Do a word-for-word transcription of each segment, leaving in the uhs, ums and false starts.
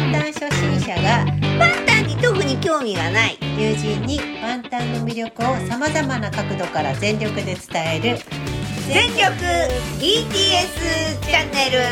万端初心者が万端に特に興味がない友人に万端の魅力をさまざまな角度から全力で伝える全力 ビーティーエス チャンネル。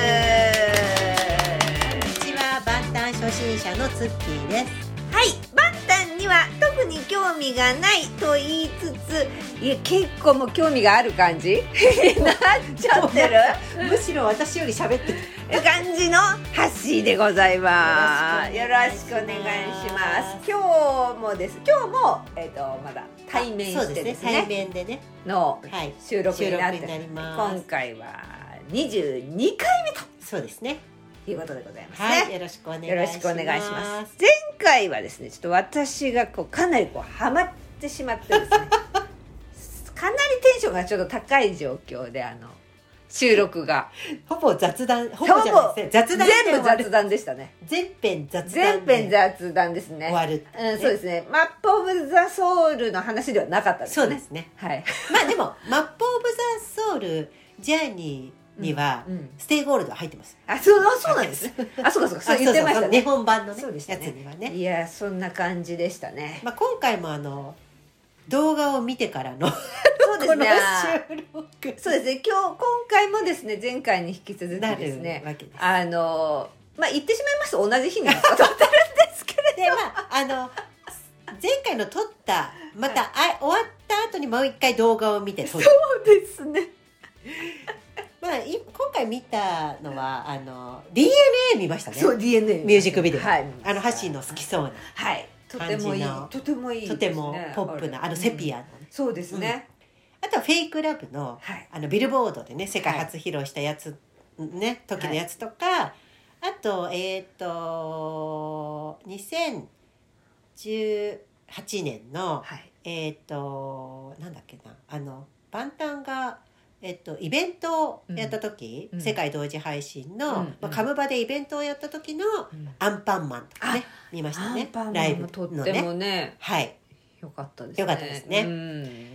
こんにちは、万端初心者のツッキーです。 はい、万端には特に興味がないと言いつつ、いや結構もう興味がある感じなっちゃってるむしろ私より喋ってる感じのハッシーでございます。よろしくお願いします。今日もです今日も、えー、とまだ対面してですね、 対面でねの収録になって、 収録になります。 今回はにじゅうにかいめとそうですね、 いうことでございますね。 はい、よろしくお願いします。 よろしくお願いします。前回はですね、ちょっと私がこうかなりこうハマってしまってですねかなりテンションがちょっと高い状況であの収録がほぼ雑談、ほぼじゃないですね、雑談全部雑談でしたね。 全編雑談全編雑談ですね。 終わる、 ね、うん、そうですね。マップオブザソウルの話ではなかったですね。 そうですね。 はい。 まあでもマップオブザソウルジャーニーには、うんうん、ステイゴールド入ってます。 あ、そう、そうなんですね。あ、そうかそうか、そう言ってましたね。 日本版のね、 そうでしたね、 やつにはね。 いや、そんな感じでしたね。 まあ今回もあの動画を見てからのそうですね。 収録そうですね。今日今回もですね、前回に引き続きですね、あのまあ言ってしまいますと同じ日に撮ってるんですけれど、 で、まああの前回の撮ったまた、はい、あ終わった後にもう一回動画を見て撮る。 そうですね。 まあ今回見たのはあの ディーエヌエー 見ましたね。 そう ディーエヌエーミュージックビデオ。 はい。 あのハッシーの好きそうな。 はい。とてもいい。とてもいいですね。 とてもポップなあのセピアの、ね、 うん、そうですね。 うん、あとはフェイクラブの、はい、あのビルボードでね世界初披露したやつ、はい、ね時のやつとか、はい、あとえっ、ー、とにせんじゅうはちねんの、はい、えっ、ー、となんだっけなあの万端がえっと、イベントをやった時、うん、世界同時配信の、うんまあ、カムバでイベントをやった時の、うん、アンパンマンとかね見ましたね。ライブのね。 とってもね、 はい、 よかったですね。 よかったですね。 うん、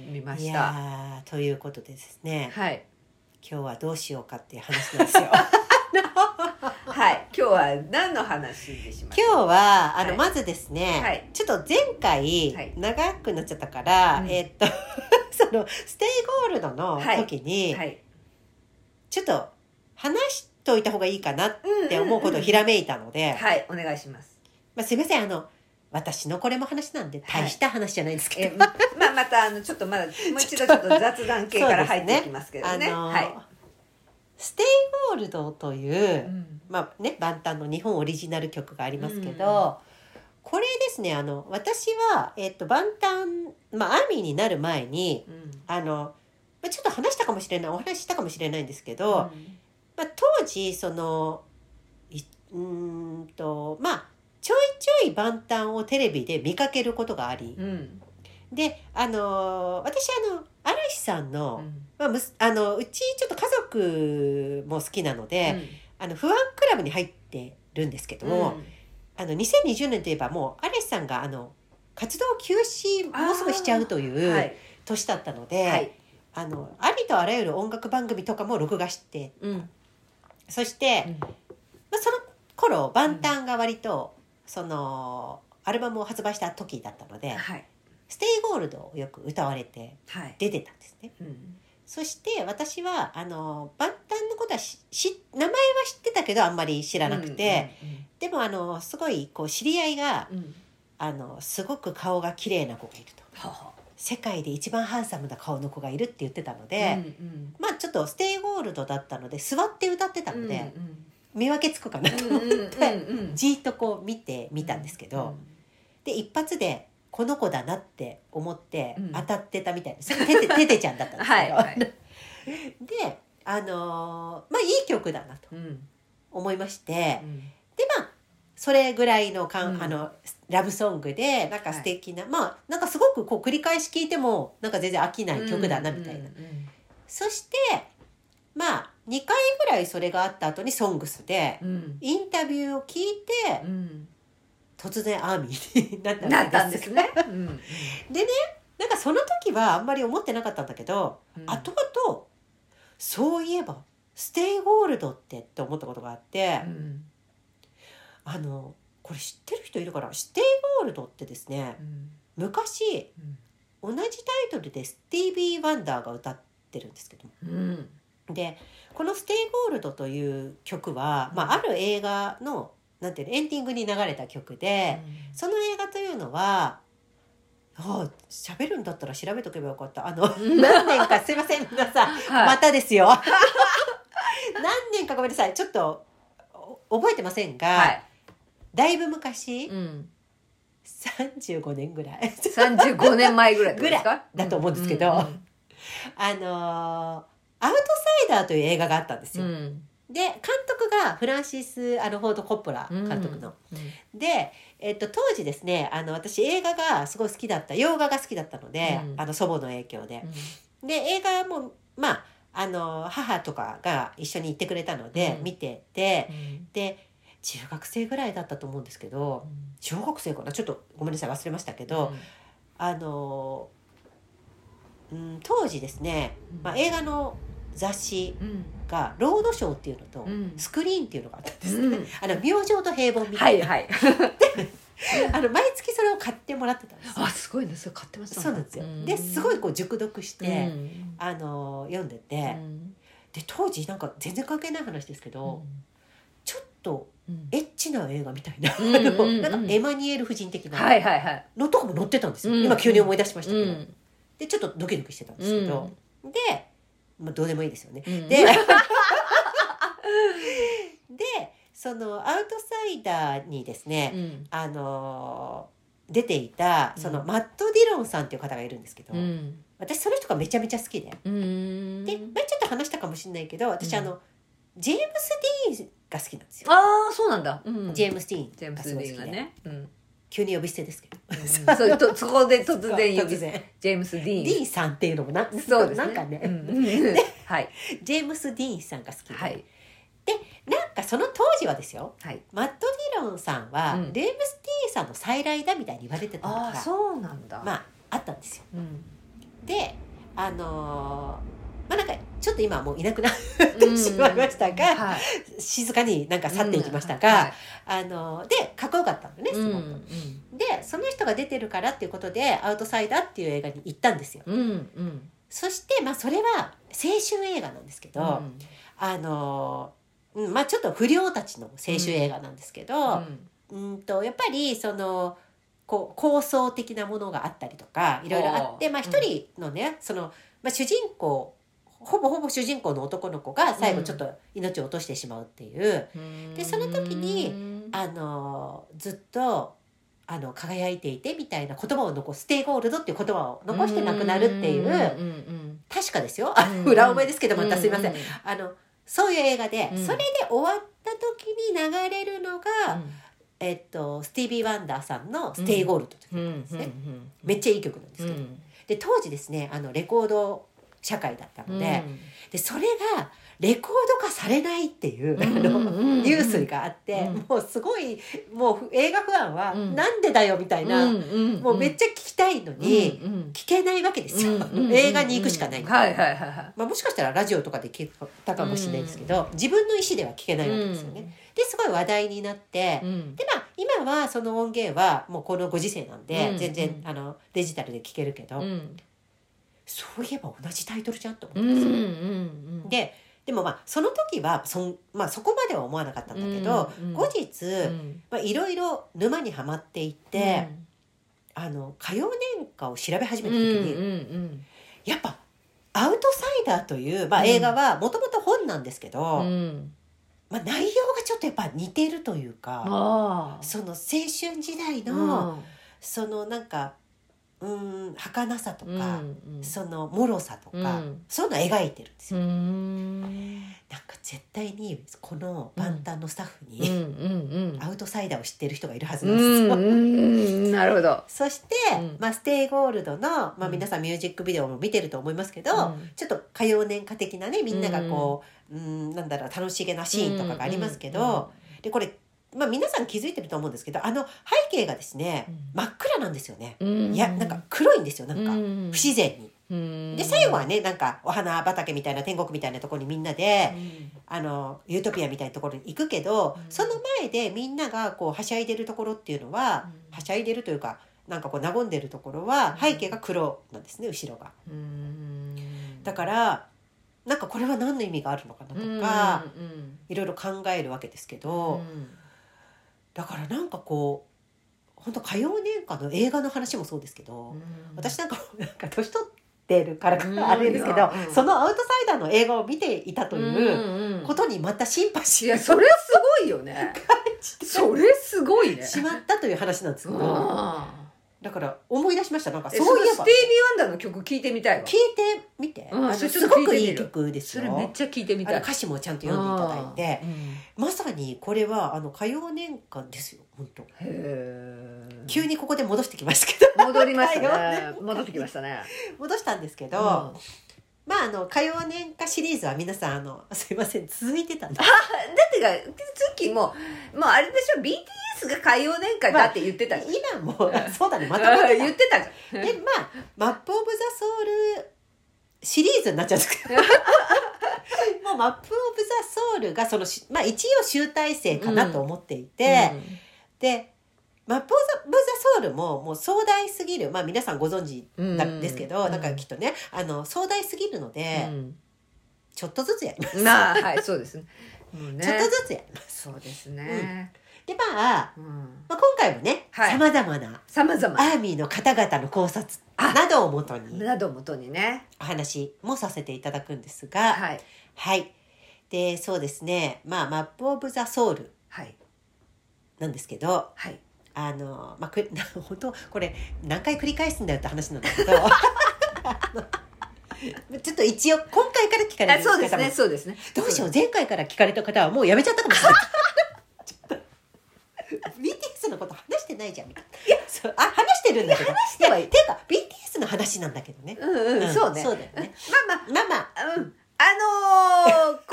見ました。 いやということでですね、 はい、 今日はどうしようかっていう話なんですよ。 はい、今日は何の話でしましょう。 今日はあの、はい、まずですね、はい、ちょっと前回、はい、長くなっちゃったから、うん、えー、っとそのステイゴールドの時に、はいはい、ちょっと話しといた方がいいかなって思うことをひらめいたので、うんうんうん、 はいお願いします。 まあ、すいませんあの私のこれも話なんで大した話じゃないんですけど、 はいえまあ、またあのちょっとまだもう一度ちょっと雑談系から入っていきますけどね。ねあのーはい、 ステイゴールドという、うんまあね、万端の日本オリジナル曲がありますけど、うんこれですねあの私は、えー、と万端、まあ、アーミーになる前に、うん、あのちょっと話したかもしれないお話したかもしれないんですけど、うんまあ、当時そのうーんとまあちょいちょい万端をテレビで見かけることがあり、うん、であの私あの嵐さんの、うんまあ、むあのうちちょっと家族も好きなので、うん、あのファンクラブに入ってるんですけども、うんあのにせんにじゅうねんといえばもう嵐さんがあの活動休止もうすぐしちゃうという年だったので、はい、あのありとあらゆる音楽番組とかも録画して、うん、そして、うんまあ、その頃万端が割と、うん、そのアルバムを発売した時だったので、はい、ステイゴールドをよく歌われて出てたんですね、はいうんそして私はあの万端のことはしし名前は知ってたけどあんまり知らなくて、うんうんうん、でもあのすごいこう知り合いが、うん、あのすごく顔が綺麗な子がいると、はは世界で一番ハンサムな顔の子がいるって言ってたので、うんうん、まあちょっとステイゴールドだったので座って歌ってたので、うんうん、見分けつくかなと思って、うんうんうんうん、じーっとこう見てみたんですけど、うんうん、で一発でこの子だなって思って当たってたみたいです、うん、テテテテちゃんだったんですけど、はいはい、であのー、まあいい曲だなと思いまして、うん、でまあそれぐらいのかん、うん、あのラブソングでなんか素敵な、はい、まあなんかすごくこう繰り返し聴いてもなんか全然飽きない曲だなみたいな、うんうんうん、そしてまあにかいぐらいそれがあった後にソングスでインタビューを聞いて、うん突然アーミーになったなったんですね、うん、 でねなんかその時はあんまり思ってなかったんだけど、うん、後々そういえばステイゴールドってって思ったことがあって、うん、あのこれ知ってる人いるから、ステイゴールドってですね、 うん、 昔、うん、同じタイトルでスティービー・ワンダーが歌ってるんですけども、 うん、でこのステイゴールドという曲は、まあ、ある映画のなんていうのエンディングに流れた曲で、うん、その映画というのはああ喋るんだったら調べとけばよかった。あの何年かすいません皆さん、はい、またですよ何年かごめんなさいちょっと覚えてませんが、はい、だいぶ昔、うん、さんじゅうごねんぐらいさんじゅうごねんまえぐらいですかぐらいだと思うんですけど、うんうんうん、あのアウトサイダーという映画があったんですよ、うん、で監督がフランシス・アルフォード・コッポラ監督の、うんうん、で、えっと、当時ですねあの私映画がすごい好きだった洋画が好きだったので、うん、あの祖母の影響で、うん、で映画もまああの母とかが一緒に行ってくれたので、うん、見てて、うん、で中学生ぐらいだったと思うんですけど、うん、小学生かなちょっとごめんなさい忘れましたけど、うん、あの、うん、当時ですね、まあ、映画の雑誌がロードショーっていうのとスクリーンっていうのがあったんですね、うん、あの明星と平凡みたいな、はいはい、あの毎月それを買ってもらってたんですよ。 あすごいねそれ買ってましたね。 そうなんですよ。ですごいこう熟読して、うん、あの読んでて、うん、で当時なんか全然関係ない話ですけど、うん、ちょっとエッチな映画みたいな、うん、なんかエマニエル夫人的なのとかも載ってたんですよ、はいはいはい、今急に思い出しましたけど、うん、でちょっとドキドキしてたんですけど、うん、でまあ、どうでもいいですよね、うん、で, でそのアウトサイダーにですね、うん、あの出ていたそのマット・ディロンさんっていう方がいるんですけど、うん、私その人がめちゃめちゃ好きで、うん、で前ちょっと話したかもしれないけど私、うん、あのジェームス・ディーンが好きなんですよ。 ああそうなんだ、うん、 ジェームス・ディーンジェームス・ディーンがね、うん、 急に呼び捨てですけど、 うん、そうとそこで突然呼び捨てジェームス・ディーンディーンさんっていうのもな、 そうですね、 なんかね、うん、 で、はい、 ジェームス・ディーンさんが好きで、はい、でなんかその当時はですよ、はい、マット・ディロンさんは、うん、ジェームス・ディーンさんの再来だみたいに言われてたのがあそうなんだ、 まあ、あったんですよ、うん、であのーまあ、なんかちょっと今はもういなくなってしまいましたが、うんはい、静かになんか去っていきましたが、うんはい、あのでかっこよかったのねすごく、うんうん、でその人が出てるからっていうことでアウトサイダーっていう映画に行ったんですよ、うんうん、そして、まあ、それは青春映画なんですけど、うん、あの、うんまあ、ちょっと不良たちの青春映画なんですけど、うん、うんとやっぱりそのこう構想的なものがあったりとかいろいろあって、まあ、一人のね、うん、その、まあ、主人公ほぼほぼ主人公の男の子が最後ちょっと命を落としてしまうっていう、うん、でその時にあのずっとあの輝いていてみたいな言葉を残すステイゴールドっていう言葉を残して亡くなるっていう、うん、確かですよ、うん、裏覚えですけどまたすいません、うん、あのそういう映画で、うん、それで終わった時に流れるのが、うんえっと、スティービー・ワンダーさんのステイゴールドという曲ですね、うん、めっちゃいい曲なんですけど、うん、で当時ですねあのレコード社会だったので、うん、でそれがレコード化されないっていう、うん、あのニュースがあって、うん、もうすごいもう映画ファンはなんでだよみたいな、うん、もうめっちゃ聞きたいのに、うん、聞けないわけですよ、うん、映画に行くしかない、はいはいはいまあ、もしかしたらラジオとかで聞いたかもしれないですけど、自分の意思では聞けないわけですよね、ですごい話題になって、うん、でまあ今はその音源はもうこのご時世なんで、うん、全然あのデジタルで聞けるけど、うんそういえば同じタイトルじゃんと思うんですよ、うんうんうん、で, でもまあその時は そ,、まあ、そこまでは思わなかったんだけど、うんうん、後日いろいろ沼にはまっていって、うん、あの歌謡年歌を調べ始めた時に、うんうんうん、やっぱアウトサイダーという、まあ、映画はもともと本なんですけど、うんまあ、内容がちょっとやっぱ似てるというかその青春時代の、うん、そのなんかうん儚さとか、うんうん、その脆さとか、うん、そういうのを描いてるんですよ。うんなんか絶対にこの万端のスタッフに、うん、アウトサイダーを知ってる人がいるはずなんですよ。うんうん、なるほど。そして、うんまあ、ステイゴールドの、まあ、皆さんミュージックビデオも見てると思いますけど、うん、ちょっと歌謡年歌的なねみんながこう、うん、なんだろう楽しげなシーンとかがありますけど、うんうんうん、でこれまあ、皆さん気づいてると思うんですけどあの背景がですね、うん、真っ暗なんですよね、うん、いやなんか黒いんですよなんか不自然に、 でで最後はねなんかお花畑みたいな天国みたいなところにみんなで、うん、あのユートピアみたいなところに行くけど、うん、その前でみんながこうはしゃいでるところっていうのは、うん、はしゃいでるというかなんかこう和んでるところは背景が黒なんですね後ろが、うん、だからなんかこれは何の意味があるのかなとか、うん、いろいろ考えるわけですけど、うん、だからなんかこう本当歌謡年間の映画の話もそうですけど、うん、私なんかなんか年取っててるからかあれですけど、うん、そのアウトサイダーの映画を見ていたということにまたシンパシー、 いやそれすごいよねそれすごいねしまったという話なんですけど、だから思い出しました。なんかそういえばスティービー・ワンダーの曲聞いてみたいわ。 聞いてみて、うん、あのすごくいい曲ですよ。 それめっちゃ聞いてみたい。 歌詞もちゃんと読んでいただいて、うん、まさにこれはあの歌謡年間ですよ本当。へー、急にここで戻してきましたけど戻りましたね戻ってきましたね戻したんですけど、うん、まああの歌謡年歌シリーズは皆さんあのすいません続いてたんです。あだってがさっきももうあれでしょ ビーティーエス が歌謡年間だって言ってたじゃん、 まあ、今もそうだねまた言ってたじゃんでまあマップオブザソウルシリーズになっちゃうんですけどもうマップオブザソウルがそのまあ一応集大成かなと思っていて、うんうん、でマップオブザソウルももう壮大すぎる、まあ皆さんご存知なんですけど、うん、なんかきっとねあの壮大すぎるので、うん、ちょっとずつやります。 まあはいそうですね。もうねちょっとずつやります。 そうですね。 うん、でまあ、うんまあ、今回もねさまざまなさまざまアーミーの方々の考察などをもとになどをもとにねお話もさせていただくんですが、はい、はい、でそうですねまあマップオブザソウルなんですけど、はい。あのまあ、く本当これ何回繰り返すんだよって話なんだけどちょっと一応今回から聞かれる方もそうですねそうですねどうしよう前回から聞かれた方はもうやめちゃったかもしれないちょっと ビーティーエス のこと話してないじゃんみたいないやそうあ話してるんだけど話してはいいやていうか ビーティーエス の話なんだけどねうんうん、うん、そうねそうだよねまあまあまあまあ、うん、 あのー、今回から聞いてる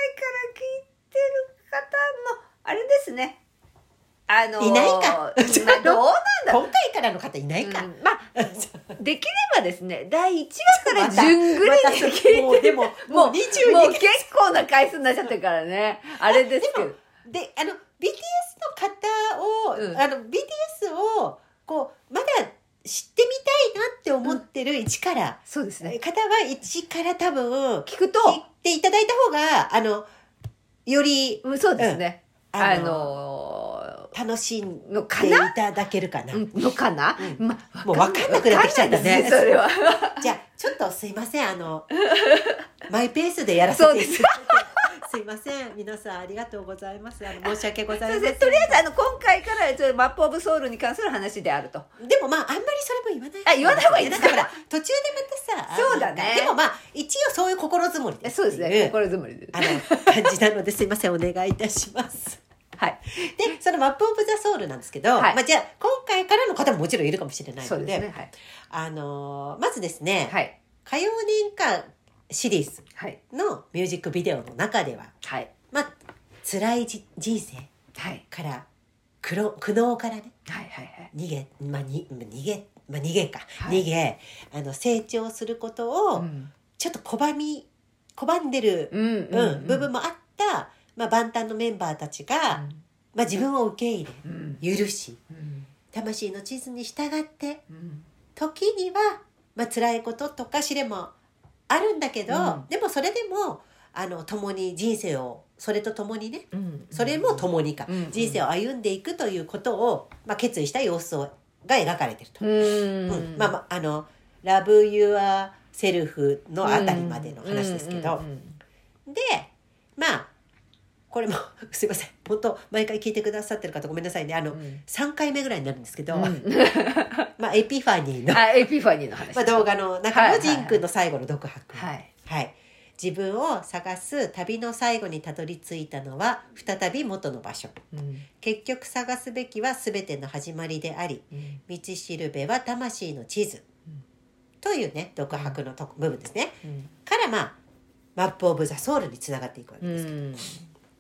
方もあれですねあのー、 いないか、 まあ、どうなんだ今回からの方いないか、うん、 まあできればですねだいいちわから順繰りに聞いて、 もうでももうにじゅうにもう結構な回数になっちゃってるからねあれですけどであの ビーティーエス の方を、うん、あの ビーティーエス をこうまだ知ってみたいなって思ってる一から、うん、 そうですね方は一から多分聞くと聞いていただいた方があのより、 うん、そうですね、うん、あのー、あのー、楽しんでいただけるかなのかな、 うんま、もう分かんなくなってきちゃったねそれはじゃあちょっとすいませんあのマイペースでやらせていただいてすいません皆さんありがとうございますあの申し訳ございませんとりあえずあの今回からちょっとマップオブソウルに関する話であるとでもまああんまりそれも言わないあ言わない方がいいですかだから途中でまたさそうだねでもまあ一応そういう心づもりですそうですね心づもりですあの感じなのですいませんお願いいたしますはい、でそのマップオブザソウルなんですけど、はいまあ、じゃあ今回からの方ももちろんいるかもしれないの で, で、ねはい、あのー、まずですね、はい、歌謡年間シリーズのミュージックビデオの中では、はいまあ、辛いじ人生から、はい、苦労苦悩からね、はいはいはい、逃げ、まあ、に逃げ、まあ、逃げか、はい、逃げあの成長することをちょっと拒み拒んでる、うんうんうん、部分もあったまあ、万端のメンバーたちが、うんまあ、自分を受け入れ、うん、許し、うん、魂の地図に従って、うん、時には、まあ辛いこととか試練もあるんだけど、うん、でもそれでもあの共に人生をそれと共にね、うん、それも共にか、うん、人生を歩んでいくということを、まあ、決意した様子をが描かれていると、うんうんまあまあ、あのラブユアセルフのあたりまでの話ですけど、うんうんうん、でまあこれもすいません本当毎回聞いてくださってる方ごめんなさいねあの、うん、さんかいめぐらいになるんですけど、うん、まあエピファニーのあエピファニーの話、 まあ、動画の中のジン君の最後の独白、はいはいはい、自分を探す旅の最後にたどり着いたのは再び元の場所、うん、結局探すべきは全ての始まりであり、うん、道しるべは魂の地図、うん、というね独白のと部分ですね、うん、からまあマップオブザソウルにつながっていくわけですけど、うん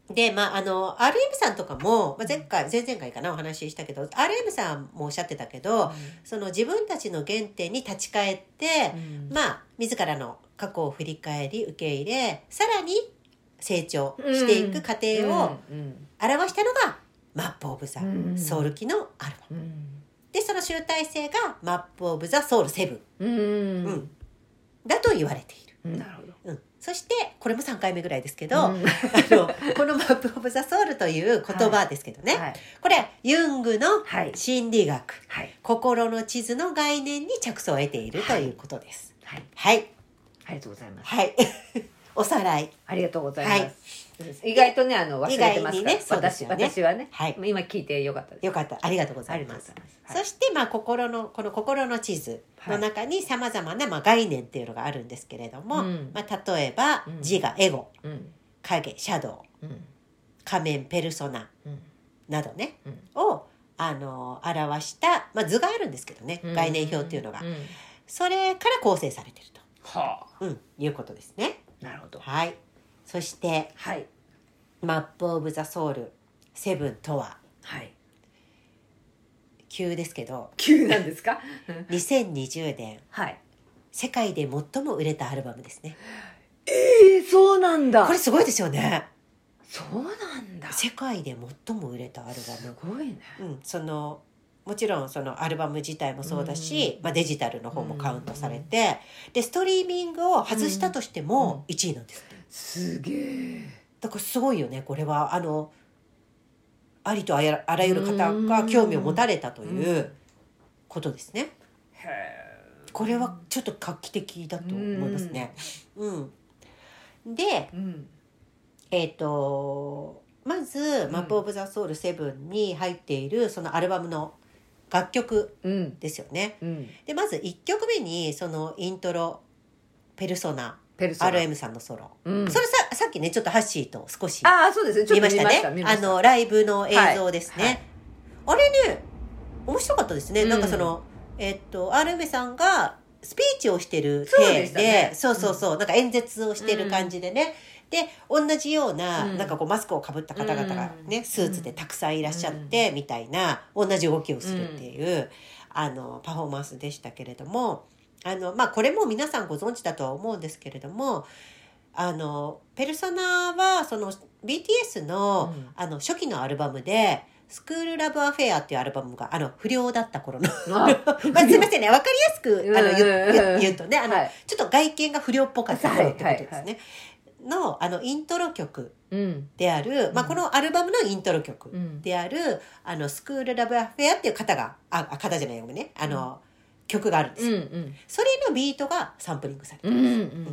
で、まあ、あの、アールエム さんとかも、まあ、前回、前々回かなお話ししたけど、アールエム さんもおっしゃってたけど、うん、その自分たちの原点に立ち返って、うん、まあ、自らの過去を振り返り、受け入れ、さらに成長していく過程を表したのが、マップオブザソウル期のアルバム。うん、で、その集大成がマップオブザソウルセブン、うんうん、だと言われている。 なるほど。 うん、そしてこれもさんかいめぐらいですけど、うん、あのこのマップオブザソウルという言葉ですけどね、はいはい、これユングの心理学、はい、心の地図の概念に着想を得ているということです。 はい、 はいはい、 ありがとうございます。 はいおさらいありがとうございます。はい、意外とねあの忘れてますから、ね、私, 私はね、はい、今聞いてよかったです。 よかった、ありがとうございます。はい、そしてまあ心のこの心の地図の中にさまざまなまあ概念っていうのがあるんですけれども、うん、まあ、例えば、うん、自我エゴ、うん、影シャドウ、うん、仮面ペルソナ、うん、などね、うん、をあの表した、まあ、図があるんですけどね、うん、概念表っていうのが、うん、それから構成されていると、はあ、うん、いうことですね。 なるほど。 はい。そして、 はい、 マップオブザソウルセブンとは、 はい、 急ですけど、 急なんですか？ にせんにじゅうねん、 はい、 世界で最も売れたアルバムですね。 えー、そうなんだ。 これすごいですよね。 そうなんだ。 世界で最も売れたアルバム。 すごいね。 うん、そのもちろんそのアルバム自体もそうだし、うん、まあ、デジタルの方もカウントされて、うん、でストリーミングを外したとしてもいちいなんですって、うん、 すげえ。 だからすごいよね。これはあのありとあらゆる方が興味を持たれたということですね。 へー、 これはちょっと画期的だと思いますね。うん、で、うん、えっとまず、マップオブザソウルセブンに入っているそのアルバムの楽曲ですよね。うんうん、でまずいっきょくめにそのイントロペルソナ、アールエム さんのソロ、うん、それ さ, さっきねちょっとハッシーと少し見ましたね。あのライブの映像ですね。はいはい、あれね面白かったですね。うん、なんかそのえっと アールエム さんがスピーチをしてる体 で, で、ね、そうそうそう、うん、なんか演説をしてる感じでね。で同じような、うん、なんかこうマスクをかぶった方々がね、うん、スーツでたくさんいらっしゃって、うん、みたいな同じ動きをするっていう、うん、あのパフォーマンスでしたけれども、あの、まあ、これも皆さんご存知だとは思うんですけれども、あのペルソナはその ビーティーエス の、うん、あの初期のアルバムでスクールラブアフェアっていうアルバムがあの不良だった頃のまあすみませんね、分かりやすくあの言, 言うとね、あの、はい、ちょっと外見が不良っぽかった頃ってことですね。はいはいはいの, あのイントロ曲である、うん、まあ、このアルバムのイントロ曲である、うん、あのスクールラブアフェアっていう方があ方じゃないよねあの、うん、曲があるんですよ、うんうん、それのビートがサンプリングされてます、うんうんうん、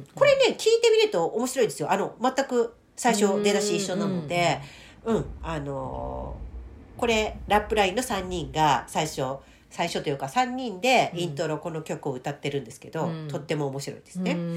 これね聞いてみると面白いですよ。あの全く最初出だし一緒なので、うん、うん、あのー、これラップラインのさんにんが最初最初というかさんにんでイントロこの曲を歌ってるんですけど、うん、とっても面白いですね、うん、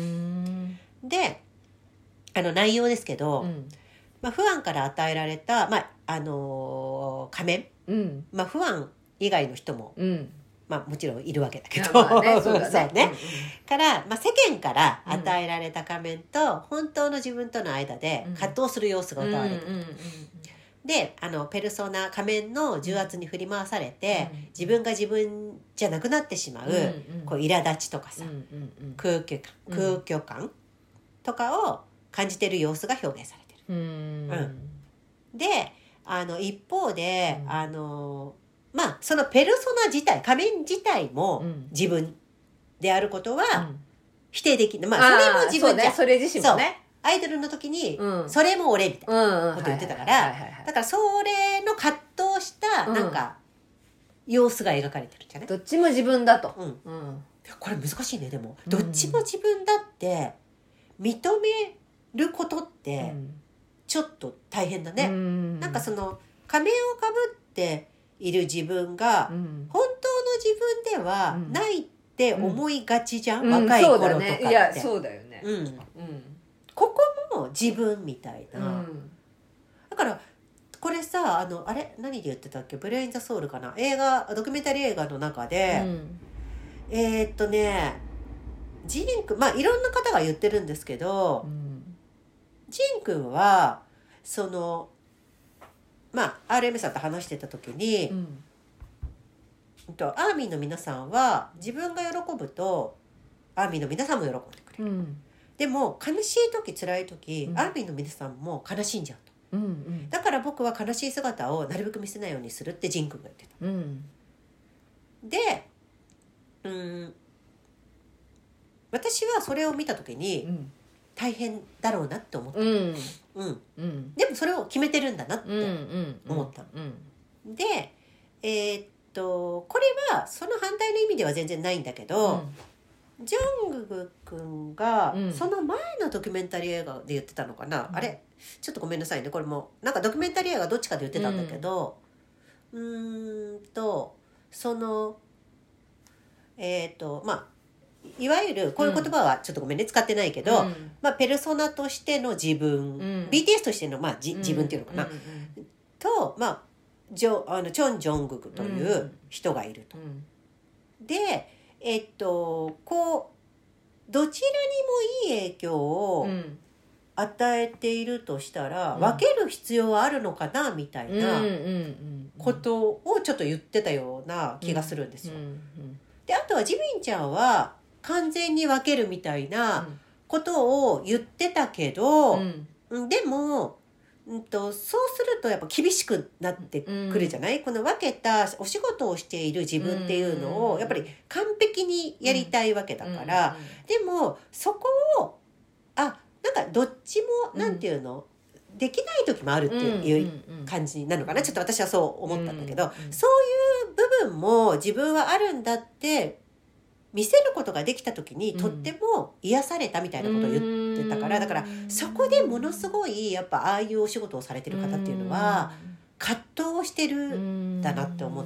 であの内容ですけど、うんまあ、ファンから与えられた、まああのー、仮面、うんまあ、ファン以外の人も、うんまあ、もちろんいるわけだけど、まあねそうだねそうね、うんうん、から、まあ、世間から与えられた仮面と本当の自分との間で葛藤する様子が歌われてると、うんうんうんうん、であのペルソナ仮面の重圧に振り回されて、うん、自分が自分じゃなくなってしまう、うんうん、こう苛立ちとかさ、うんうんうん、空虚感、空虚感とかを感じてる様子が表現されてる。うん、うん、であの一方で、うん、あのまあそのペルソナ自体仮面自体も自分であることは否定できない、うん、まあそれも自分じゃん、 それ自身もねアイドルの時に、うん、それも俺みたいなこと言ってたからだからそれの葛藤したなんか様子が描かれてるんじゃない？ どっちも自分だと、うんうん、これ難しいね。でもどっちも自分だって認めることってちょっと大変だね、うん、なんかその仮面をかぶっている自分が本当の自分ではないって思いがちじゃん、うん、若い頃とかって、うん、そうだね、いやそうだよね、うんうん、ここも自分みたいな、うん、だからこれさあのあれ何で言ってたっけ、ブレイン・ザ・ソウルかな、映画ドキュメンタリー映画の中で、うん、えー、っとねジン君まあいろんな方が言ってるんですけど、うんジン君はそのまあ アールエム さんと話してた時に、 うんとアーミーの皆さんは自分が喜ぶとアーミーの皆さんも喜んでくれる、 うんでも悲しい時辛い時、 うんアーミーの皆さんも悲しんじゃうと、 うんうんだから僕は悲しい姿をなるべく見せないようにするってジン君が言ってた。 うんでうん私はそれを見た時にうん大変だろうなって思った、 うんうん、 うんでもそれを決めてるんだなってうんうん思った、 うんでえーっとこれはその反対の意味では全然ないんだけど、ジョングク君がうんその前のドキュメンタリー映画で言ってたのかな、 うんあれちょっとごめんなさいね、これもなんかドキュメンタリー映画どっちかで言ってたんだけど、うーんとそのえーっとまあいわゆるこういう言葉はちょっとごめんね使ってないけど、 うんまあ、ペルソナとしての自分、 うんビーティーエス としての、まあ、じ自分っていうのかな、 うんと、まあ、ジョあのチョン・ジョングクという人がいると。 うんでえっとこうどちらにもいい影響をうん与えているとしたら、 うん分ける必要はあるのかなみたいなうんうんことをちょっと言ってたような気がするんですよ。 うんうんであとはジミンちゃんは完全に分けるみたいなことを言ってたけど、 うんうんでも、うんと、そうするとやっぱ厳しくなってくるじゃない、この分けたお仕事をしている自分っていうのをやっぱり完璧にやりたいわけだから、でもそこをあなんかどっちもなんていうの、できない時もあるっていう感じなのかな、ちょっと私はそう思ったんだけど、 うんうんそういう部分も自分はあるんだって見せることができた時に、 うんとっても癒されたみたいなことを言ってたから、だからそこでものすごいやっぱああいうお仕事をされてる方っていうのは葛藤をしてるんだなって思って、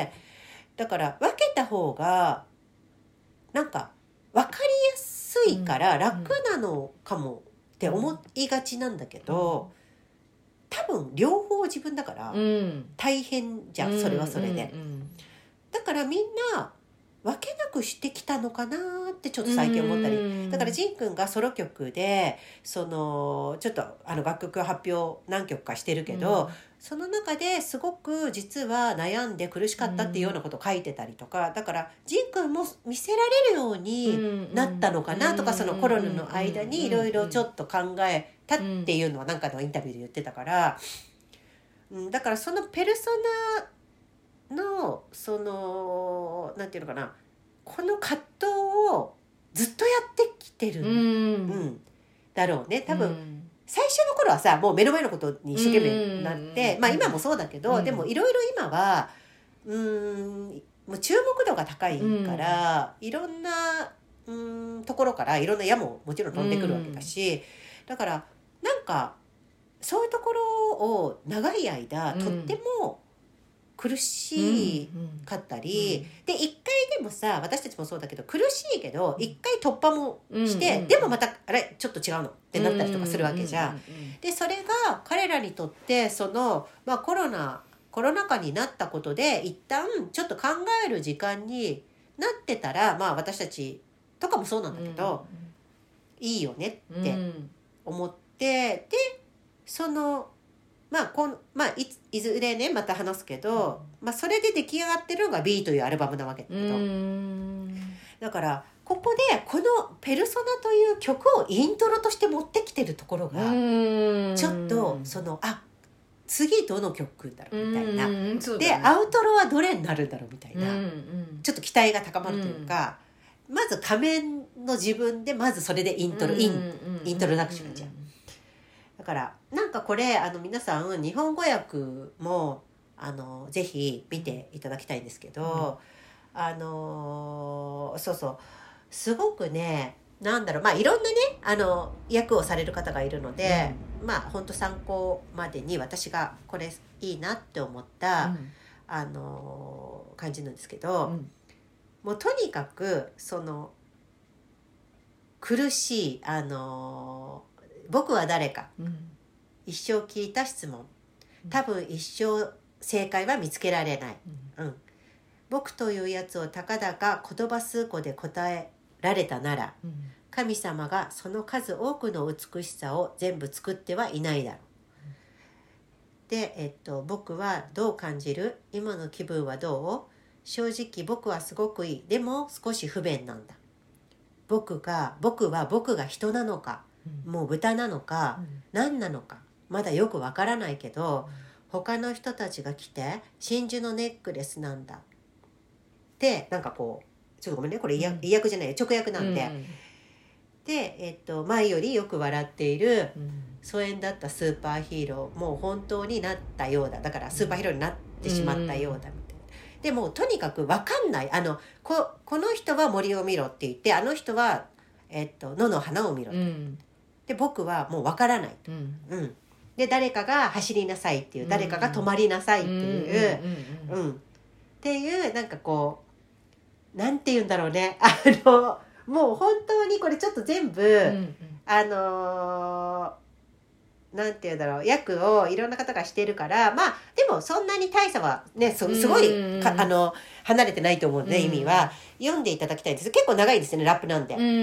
だから分けた方がなんか分かりやすいから楽なのかもって思いがちなんだけど、多分両方自分だから大変じゃん、それはそれで。だからみんな分けなくしてきたのかなってちょっと最近思ったり、だからジン君がソロ曲でそのちょっとあの楽曲発表何曲かしてるけど、その中ですごく実は悩んで苦しかったっていうようなことを書いてたりとか、だからジン君も見せられるようになったのかなとか、そのコロナの間にいろいろちょっと考えたっていうのは何かのインタビューで言ってたから、うん、だからそのペルソナのそのなんていうのかな、この葛藤をずっとやってきてる、 うんうんだろうね多分、 うん最初の頃はさもう目の前のことに一生懸命になって、 うんまあ今もそうだけど、 うんでもいろいろ今はうーんもう注目度が高いから、いろんなうーんところからいろんな矢ももちろん飛んでくるわけだし、だからなんかそういうところを長い間、 うんとっても苦しかったり、で一回でもさ私たちもそうだけど苦しいけど一回突破もして、 うんでもまたあれちょっと違うのってなったりとかするわけじゃん。 んでそれが彼らにとってその、まあ、コロナコロナ禍になったことで一旦ちょっと考える時間になってたら、まあ私たちとかもそうなんだけど、いいよねって思って、でそのまあこんまあ、い, いずれねまた話すけど、まあ、それで出来上がってるのが B というアルバムなわけだけど、だからここでこの「ペルソナ」という曲をイントロとして持ってきてるところがちょっとそのあ次どの曲だろうみたいな、 ね、 でアウトロはどれになるんだろうみたいな、 うんうん、 ちょっと期待が高まるというか、うん、まず仮面の自分でまずそれでイントロ、うん、イン、イントロダクションじゃん。だからなんかこれあの皆さん日本語訳もあのぜひ見ていただきたいんですけど、うん、あのそうそうすごくねなんだろうまあいろんなねあの役をされる方がいるので、うん、まあ本当参考までに私がこれいいなって思った、うん、あの感じなんですけど、うん、もうとにかくその苦しいあの僕は誰か、うん、一生聞いた質問多分一生正解は見つけられない、うんうん、僕というやつをたかだか言葉数個で答えられたなら、うん、神様がその数多くの美しさを全部作ってはいないだろう、 で、えっと、僕はどう感じる？今の気分はどう？正直僕はすごくいい。でも少し不便なんだ。僕が僕は僕が人なのか、うん、もう豚なのか、うん、何なのかまだよくわからないけど、うん、他の人たちが来て真珠のネックレスなんだってなんかこうちょっとごめんねこれ意訳、うん、じゃない直訳なんで、うん、で、えっと、前よりよく笑っている、うん、疎遠だったスーパーヒーローもう本当になったようだ。だからスーパーヒーローになってしまったようだみたいな。でもとにかく分かんない。あの こ, この人は森を見ろって言ってあの人は、えっと、野の花を見ろと、うん、で僕はもう分からないと、うんうん、で誰かが走りなさいっていう、誰かが止まりなさいっていうっていうなんかこうなんて言うんだろうねあのもう本当にこれちょっと全部、うんうん、あのーなんていうんだろう役をいろんな方がしてるからまあでもそんなに大差はね す, すごいかあの離れてないと思うので、意味は読んでいただきたいんです。結構長いですねラップなんで、うんうんうん、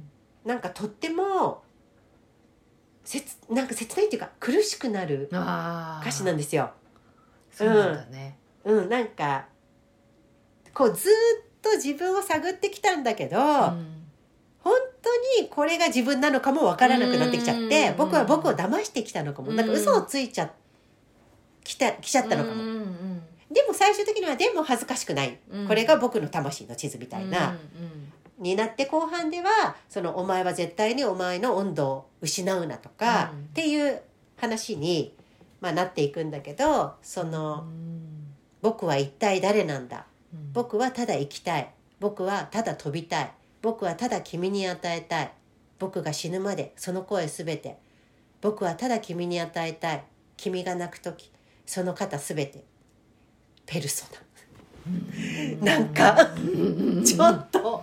なんかとってもせつなんか切ないっていうか苦しくなる歌詞なんですよ。 そうなんだね、 うん、うん、なんかこうずっと自分を探ってきたんだけど、うん本当にこれが自分なのかも分からなくなってきちゃって、僕は僕を騙してきたのかも、なんか嘘をついちゃきたきちゃったのかも。でも最終的にはでも恥ずかしくない、これが僕の魂の地図みたいな、になって後半ではそのお前は絶対にお前の温度を失うなとかっていう話に、まあ、なっていくんだけど、その僕は一体誰なんだ、僕はただ生きたい、僕はただ飛びたい、僕はただ君に与えたい、僕が死ぬまでその声すべて、僕はただ君に与えたい、君が泣くときその肩すべて、ペルソナなんかちょっと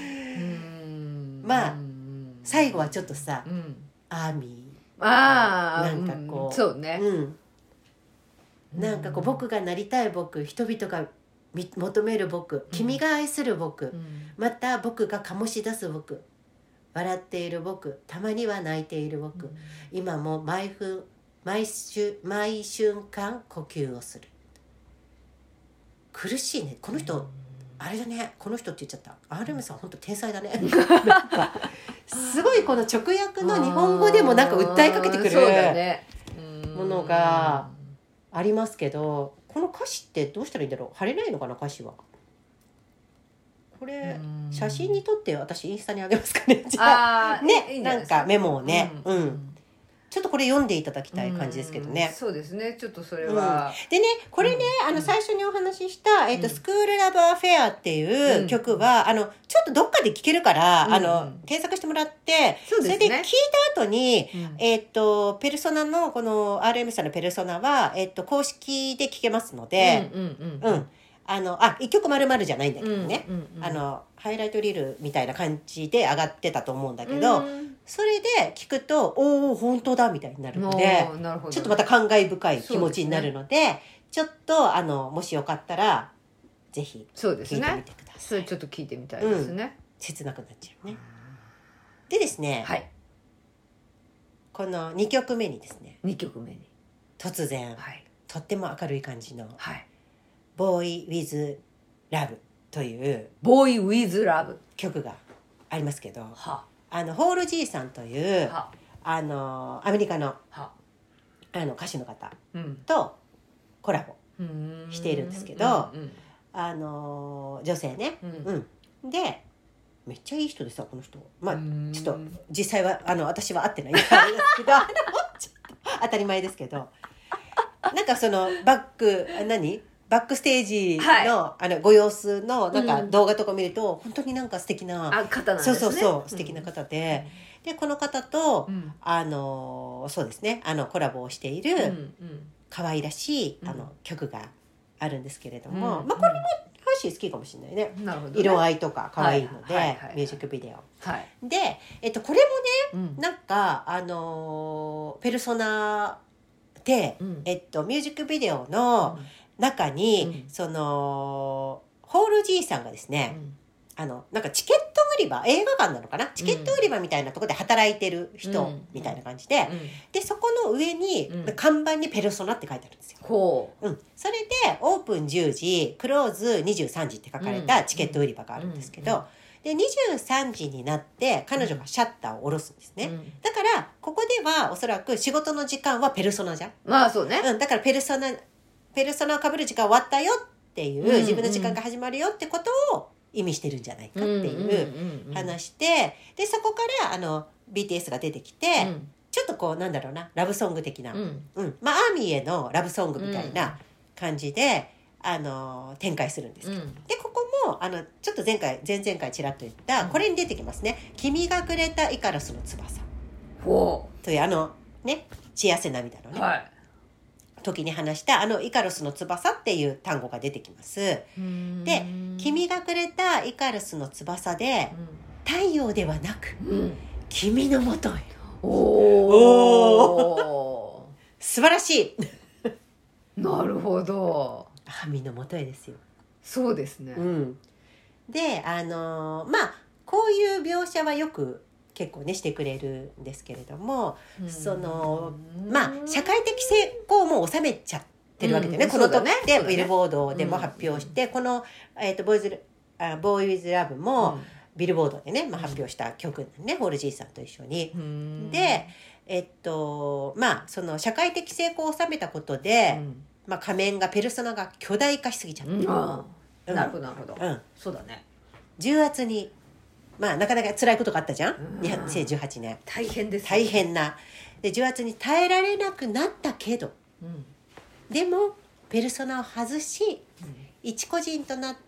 まあ最後はちょっとさ、うん、アーミーあなんかこう、 うん、そうね、 うん、なんかこう僕がなりたい僕、人々が求める僕、君が愛する僕、うん、また僕が醸し出す僕、笑っている僕、たまには泣いている僕、うん、今も毎分毎週毎瞬間呼吸をする。苦しいねこの人、うん、あれだねこの人って言っちゃった アールエム さん本当天才だねなんかすごいこの直訳の日本語でもなんか訴えかけてくるものがありますけど、この歌詞ってどうしたらいいんだろう。貼れないのかな歌詞は。これ写真に撮って私インスタにあげますかね。じゃあね、いいなんかメモをね、うん、うん、ちょっとこれ読んでいただきたい感じですけどね。 うそうですね。ちょっとそれは、 うん、でねこれね、うん、あの最初にお話しした、えーとうん、スクールラブアフェアっていう曲は、うん、あのちょっとどっかで聴けるから、うん、あの検索してもらって、 そうですね、 それで聞いた後に、うん、えっ、ー、とペルソナのこの アールエム さんのペルソナは、えー、と公式で聴けますので、うんうんうんうん、あのあいっきょく丸々じゃないんだけどね、うんうんうん、あのハイライトリールみたいな感じで上がってたと思うんだけど、うん、それで聞くとおお本当だみたいになるので、ちょっとまた感慨深い気持ちになるので、ね、ちょっとあのもしよかったらぜひ聞いてみてください。そうですね。 それちょっと聞いてみたいですね、うん、 切なくなっちゃうね。でですね、 はい、 このにきょくめにですねにきょくめに突然、はい、とっても明るい感じの、 はい、 ボーイ・ウィズ・ラブというボーイ・ウィズ・ラブ曲がありますけど、 はあのホール G さんというあのアメリカのあの歌手の方とコラボしているんですけど、うんうん、あの女性ね、うんうん、でめっちゃいい人でさこの人、まあちょっと実際はあの私は会ってないんですけどあのちょっと当たり前ですけどなんかそのバック何バックステージ の,、はい、あのご様子のなんか動画とか見ると、うん、本当になんか素敵な方なんですね。 そうそうそう素敵な方で、うん、でこの方と、うん、あのそうですねあのコラボをしている、うんうん、可愛らしいあの、うん、曲があるんですけれども、うん、まあこれもハッシー好きかもしれないね。 なるほどね。 色合いとか可愛いので、はいはいはいはい、ミュージックビデオ、はい、で、えっと、これもね、うん、なんかあのペルソナで、うん、えっと、ミュージックビデオの、うん中に、うん、そのホール G さんがですね、うん、 あのなんかチケット売り場、映画館なのかな、チケット売り場みたいなところで働いてる人みたいな感じで、 うん、 でそこの上に、うん、看板にペルソナって書いてあるんですよ。 ほう、 うん、それでオープンじゅうじクローズにじゅうさんじって書かれたチケット売り場があるんですけど、でにじゅうさんじになって彼女がシャッターを下ろすんですね、うん、だからここではおそらく仕事の時間はペルソナじゃん。 まあそうね、 うん、だからペルソナペルソナを被る時間終わったよっていう、うんうん、自分の時間が始まるよってことを意味してるんじゃないかっていう話で、でそこからあの ビーティーエス が出てきて、うん、ちょっとこうなんだろうな、ラブソング的な、うんうん、まあアーミーへのラブソングみたいな感じで、あの展開するんですけど、うん、でここもあのちょっと前回前々回ちらっと言った、うん、これに出てきますね、君がくれたイカロスの翼というあのね血汗涙のね、はい、時に話したあのイカロスの翼っていう単語が出てきます。で君がくれたイカロスの翼で、うん、太陽ではなく、うん、君のもとへ。おお素晴らしいなるほど、 神のもとへですよ。 そうですね、 うん、であのまあこういう描写はよく結構ねしてくれるんですけれども、そのまあ社会的成功も収めちゃってるわけでね、うん、この時でビルボードでも発表して、うん、この、えー、とボーイズあボーイズラブもビルボードでね、まあ、発表した曲なんね、ホール G さんと一緒に、うん、でえっとまあその社会的成功を収めたことで、うんまあ、仮面がペルソナが巨大化しすぎちゃって、うんあうん、なるほどなるほど、うん、そうだね、 重圧にまあなかなか辛いことがあったじゃん、うん、にせんじゅうはちねん大変です、ね、 大変なで重圧に耐えられなくなったけど、うん、でもペルソナを外し、うん、一個人となった、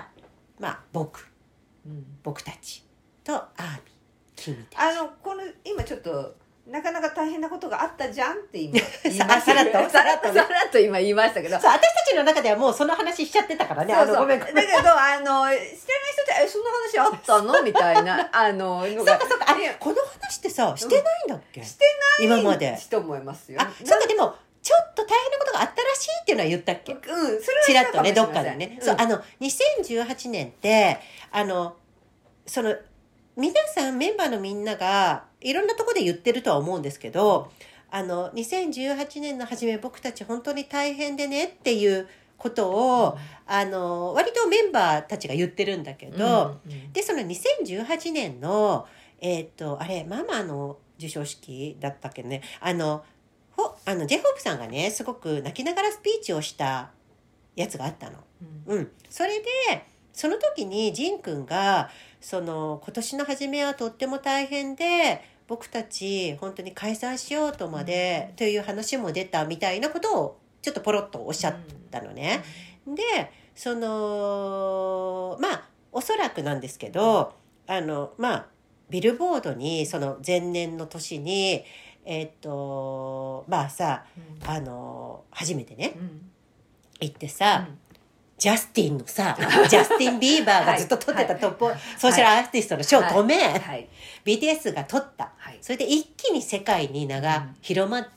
まあ、僕、うん、僕たちとアーミー君たち、 あのこの今ちょっとなかなか大変なことがあったじゃんって今言いましたさらっとさらっと、ね、さらっと今言いましたけど、 そう私たちの中ではもうその話しちゃってたからね。 そうそうあのごめんごめんだけどあの知らない人ってえその話あったのみたいなあのそうかそうかあこの話ってさしてないんだっけ、うん、してない今までと思いますよ。 あそうかでもちょっと大変なことがあったらしいっていうのは言ったっけ、うん、 それはちらっとねどっかでね、うん、そうあのにせんじゅうはちねんってあのその皆さんメンバーのみんながいろんなところで言ってるとは思うんですけど、あのにせんじゅうはちねんの初め僕たち本当に大変でねっていうことを、うん、あの割とメンバーたちが言ってるんだけど、うんうん、でそのにせんじゅうはちねんのえっとあれママの授賞式だったっけね、あのほあのジェフ・ホープさんがねすごく泣きながらスピーチをしたやつがあったの、うんうん、それでその時にジン君がその今年の初めはとっても大変で僕たち本当に解散しようとまで、うん、という話も出たみたいなことをちょっとポロッとおっしゃったのね、うん、でそのまあおそらくなんですけどあのまあビルボードにその前年の年にえっとまあさ、うん、あの初めてね、うん、行ってさ、うんジャスティンのさジャスティン・ビーバーがずっと撮ってたトップ、はい、ソーシャルアーティストの賞を止め、はいはい、ビーティーエス が撮った、はい、それで一気に世界に名が広まって、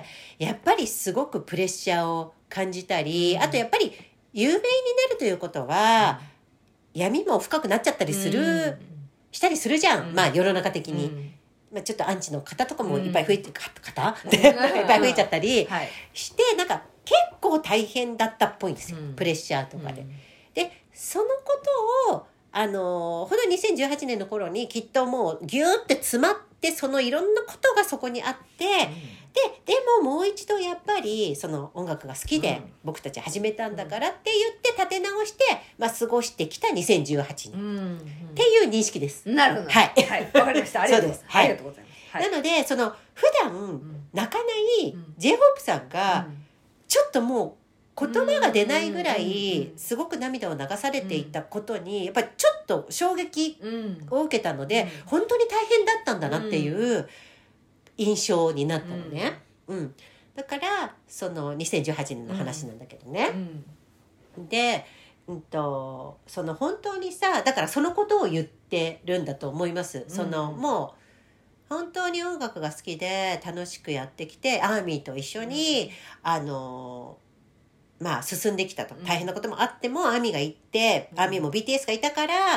うん、やっぱりすごくプレッシャーを感じたり、うん、あとやっぱり有名になるということは、うん、闇も深くなっちゃったりする、うん、したりするじゃん、うん、まあ世の中的に、うんまあ、ちょっとアンチの方とかもいっぱい増えて、うん、方っていっぱい増えちゃったりして、なんか結構大変だったっぽいんですよ、うん、プレッシャーとかで、うん、でそのことをあのほんとにせんじゅうはちねんの頃にきっともうギューって詰まってそのいろんなことがそこにあって、うん、ででももう一度やっぱりその音楽が好きで僕たち始めたんだからって言って立て直して、まあ、過ごしてきたにせんじゅうはちねん、うんうん、っていう認識です。 なるほど、はい、はい、わかりました。ありがとうございます。ありがとうございます。はい、なのでその普段泣かない J-ホープ さんが、うんちょっともう言葉が出ないぐらいすごく涙を流されていたことにやっぱりちょっと衝撃を受けたので本当に大変だったんだなっていう印象になったのね、うん、だからそのにせんじゅうはちねんの話なんだけどね、うん、で、うんと、その本当にさだからそのことを言ってるんだと思います。そのもう本当に音楽が好きで楽しくやってきてアーミーと一緒に、うん、あのまあ進んできたと大変なこともあっても、うん、アーミーが行って、うん、アーミーも ビーティーエス がいたから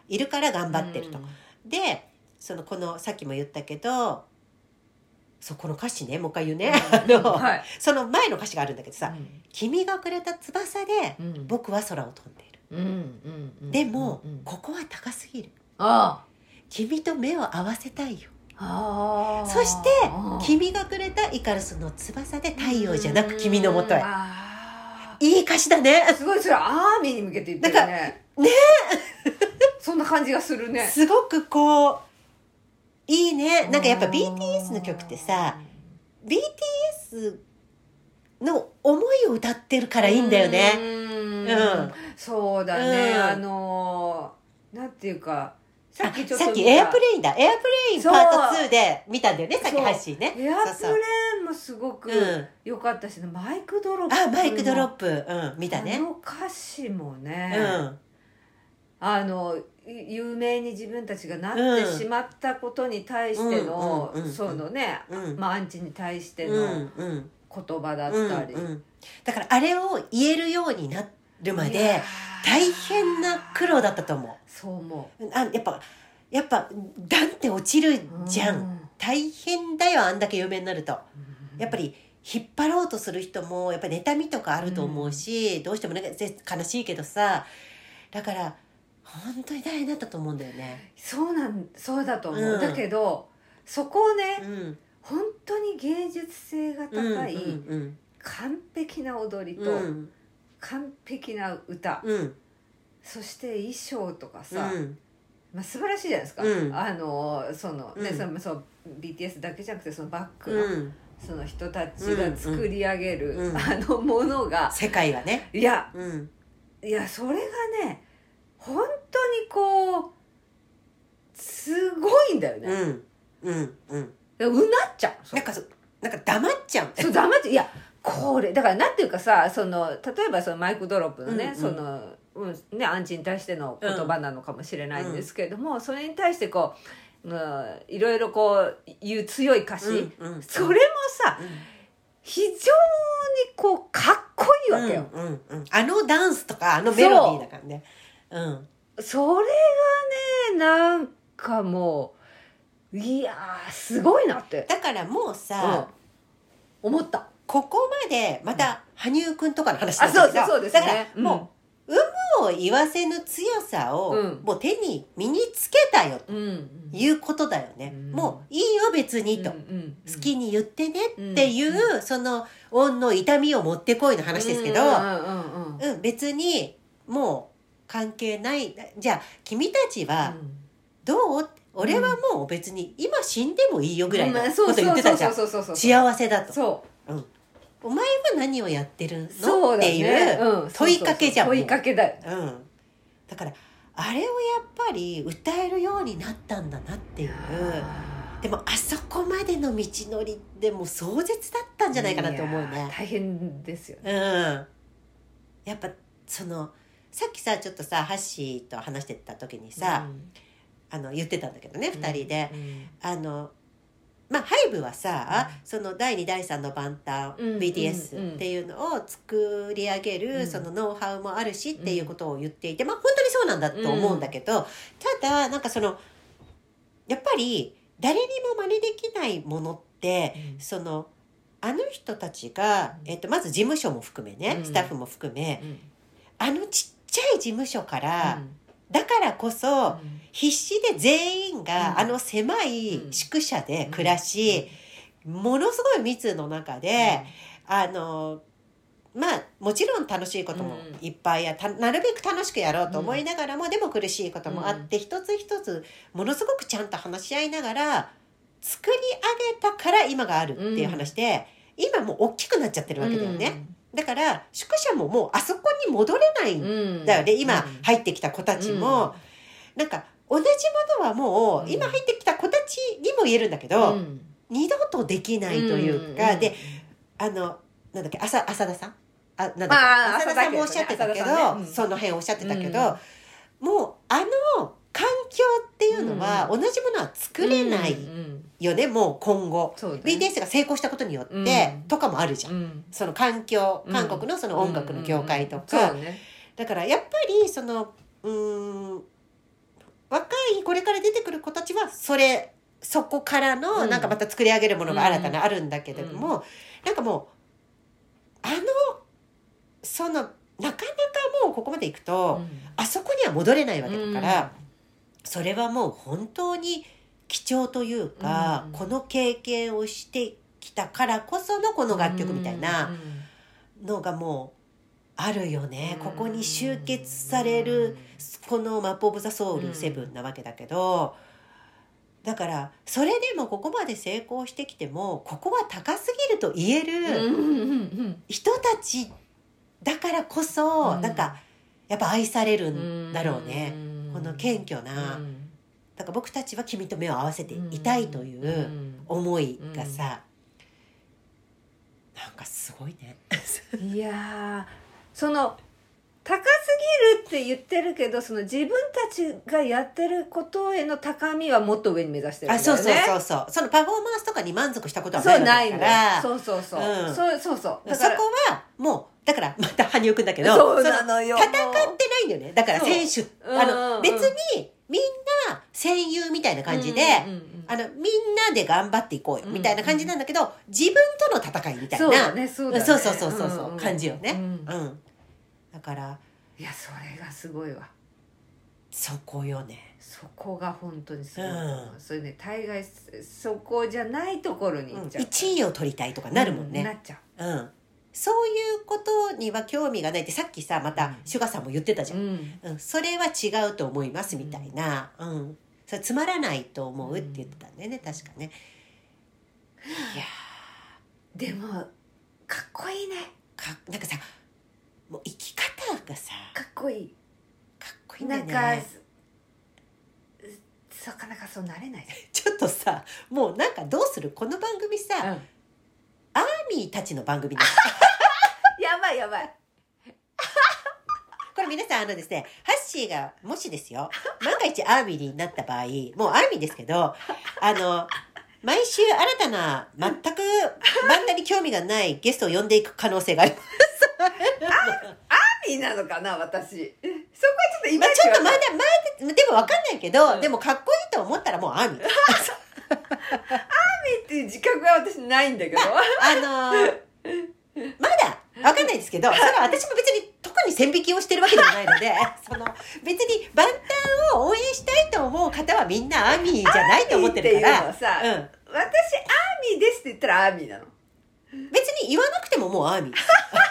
いるから頑張ってると、 うんでそのこのさっきも言ったけどそうこの歌詞ねもう一回言うね、 うんあの、 はいその前の歌詞があるんだけどさ、 うん君がくれた翼でうん僕は空を飛んでいる、 うんうんうんでも、 うんうんここは高すぎる、 あ君と目を合わせたいよ、 ああそしてあ君がくれたイカルスの翼で太陽じゃなく君のもとへ、 あいい歌詞だねーすごいそれアーミーに向けて言ってるねねそんな感じがするねすごくこういいね。なんかやっぱ ビーティーエス の曲ってさ ビーティーエス の思いを歌ってるからいいんだよね。 うんうんそうだね、 うんあのなんていうかさっきちょっとさっきエアプレインだエアプレインパートツーで見たんだよねさっきそうハッシーね。 エアプそうそうレーンもすごくうん良かったし、マイクドロップあマイクドロッププ、うん、見たね。 あの歌詞もね、 うんあの有名に自分たちがなってしまったことに対しての、 うんうんうんうんそのね、 うんまあ、アンチに対してうのんうん言葉だったり、 うんうん、だからあれを言えるようになるまいやでー大変な苦労だったと思そう思う。あやっぱやっぱダンって落ちるうじゃん、 うん大変だよあんだけ有名になると。やっぱり引っ張ろうとする人もやっぱり妬みとかあると思うし、うん、どうしてもね悲しいけどさだから本当に大変だったと思うんだよね。 そうなんそうだと思う、 うんだけどそこをね、 うん本当に芸術性が高い、 うんうん完璧な踊りうんと、 うん完璧な歌、 うんそして衣装とかさ、 うんまあ、素晴らしいじゃないですか、 うんあのその、ねうんそのそう ビーティーエス だけじゃなくてそのバックの、 うんその人たちが作り上げる、 うんうんあのものが、 世界はね、 いやうんいやそれがね本当にこうすごいんだよね、 うんうんうんうなっちゃうなんかそなんか黙っちゃうそう黙っていやこれだからなんていうかさその例えばそのマイクドロップのね、 うんうんその、うんね、アンチに対しての言葉なのかもしれないんですけれども、うん、それに対してこう、うん、いろいろこういう強い歌詞、 うんうん、 それもさ、うん、非常にこうかっこいいわけよ、 うんうんうん、あのダンスとかあのメロディーだからねそ,、うん、 それがねなんかもういやーすごいなってだからもうさ、 うん、思ったここまでまた羽生くんとかの話なんだけど、あそうですそうですね、 だからもう、うん、有無を言わせぬ強さを、うん、もう手に身につけたよということだよね、うん、もういいよ別にと、うん、好きに言ってねっていう、うん、その恩の痛みを持ってこいの話ですけど、うん、別にもう関係ないじゃあ君たちはどう、俺はもう別に今死んでもいいよぐらいのこと言ってたじゃん。幸せだと。そう。うん。お前は何をやってるの、ね、っていう問いかけじゃん。 問いかけだよ。 うん。だからあれをやっぱり歌えるようになったんだなっていう。でもあそこまでの道のりでも壮絶だったんじゃないかなって思うね。 大変ですよね。うん。やっぱそのさっきさちょっとさハッシーと話してた時にさ。うんあの言ってたんだけどね、うん、ふたりで、うん、あのまあハイブはさ、うん、そのだいにだいさんの万端、うん、ビーティーエス っていうのを作り上げる、うん、そのノウハウもあるしっていうことを言っていて、まあ本当にそうなんだと思うんだけど、うん、ただなんかそのやっぱり誰にも真似できないものって、うん、そのあの人たちが、えっと、まず事務所も含めね、うん、スタッフも含め、うん、あのちっちゃい事務所から、うんだからこそ必死で全員があの狭い宿舎で暮らしものすごい密の中であのまあもちろん楽しいこともいっぱいやなるべく楽しくやろうと思いながらもでも苦しいこともあって一つ一つものすごくちゃんと話し合いながら作り上げたから今があるっていう話で今もう大きくなっちゃってるわけだよね。だから宿舎ももうあそこに戻れないんだよね、うん、今入ってきた子たちも、うん、なんか同じものはもう今入ってきた子たちにも言えるんだけど、うん、二度とできないというか、うん、であのなんだっけ浅田さんあなんだっけ浅田さんもおっしゃってたけど、ねうん、その辺おっしゃってたけど、うん、もうあの環境っていうのは同じものは作れないよね、うん、もう今後、ね、ビーティーエス が成功したことによって、うん、とかもあるじゃん、うん、その環境韓国のその音楽の業界とか、うんうんうんね、だからやっぱりそのうーんいこれから出てくる子たちはそれそこからの、うん、なんかまた作り上げるものが新たなあるんだけれども、うん、なんかもうあのそのなかなかもうここまでいくと、うん、あそこには戻れないわけだから、うん、それはもう本当に貴重というか、うん、この経験をしてきたからこそのこの楽曲みたいなのがもうあるよね、うん、ここに集結されるこのマップオブザソウルセブンなわけだけど、だからそれでもここまで成功してきてもここは高すぎると言える人たちだからこそ、うん、なんかやっぱ愛されるんだろうね、うん、この謙虚な、うん、だから僕たちは君と目を合わせていたいという思いがさ、うん、なんかすごいねいやその高すぎるって言ってるけど、その自分たちがやってることへの高みはもっと上に目指してるんだよね。 あ、そうそうそうそう。そのパフォーマンスとかに満足したことはないわけだから。 そうそうそう。うん、そうそうそう。 だからそこはもうだからまた羽生くんだけど、 そうなのよ。 戦ってないんだよね。だから選手、あの、うん、別にみんな戦友みたいな感じで、うんうんうん、あのみんなで頑張っていこうよみたいな感じなんだけど、うんうん、自分との戦いみたいな、そうだね、そうだね、そうそうそうそう、うんうん、感じよね。うん。うん、だからいやそれがすごいわ。 そこよね。 そこが本当にすごい。うん、それね大概そこじゃないところに行っちゃう。 いちいを取りたいとかなるもんね。 うん、なっちゃう。うん。 そういうことには興味がないってさっきさまたシュガさんも言ってたじゃん。うんうん、それは違うと思いますみたいな。うん。うん、それつまらないと思うって言ってたんだよね、確かね。いやでもかっこいいね。 かなんかさ。もう生き方がさかっこいいかっこいいんだよね。 なんかなかなかそうなれないちょっとさもうなんかどうするこの番組さ、うん、アーミーたちの番組だやばいやばいこれ皆さんあのですねハッシーがもしですよ万が一アーミーになった場合もうアーミーですけどあの毎週新たな全くバンダに興味がないゲストを呼んでいく可能性がありますあアーミーなのかな私。そこはちょっと今、 まあ、ちょっとまだまだでも分かんないけど、うん、でもかっこいいと思ったらもうアーミーアーミーっていう自覚は私ないんだけど、まあ、 あのー、まだ分かんないですけどそれは私も別に特に線引きをしてるわけでもないのでその別に万端を応援したいと思う方はみんなアーミーじゃないと思ってるからアーミーっていうのはさ、うん、私アーミーですって言ったらアーミーなの。 別に言わなくてももうアーミーです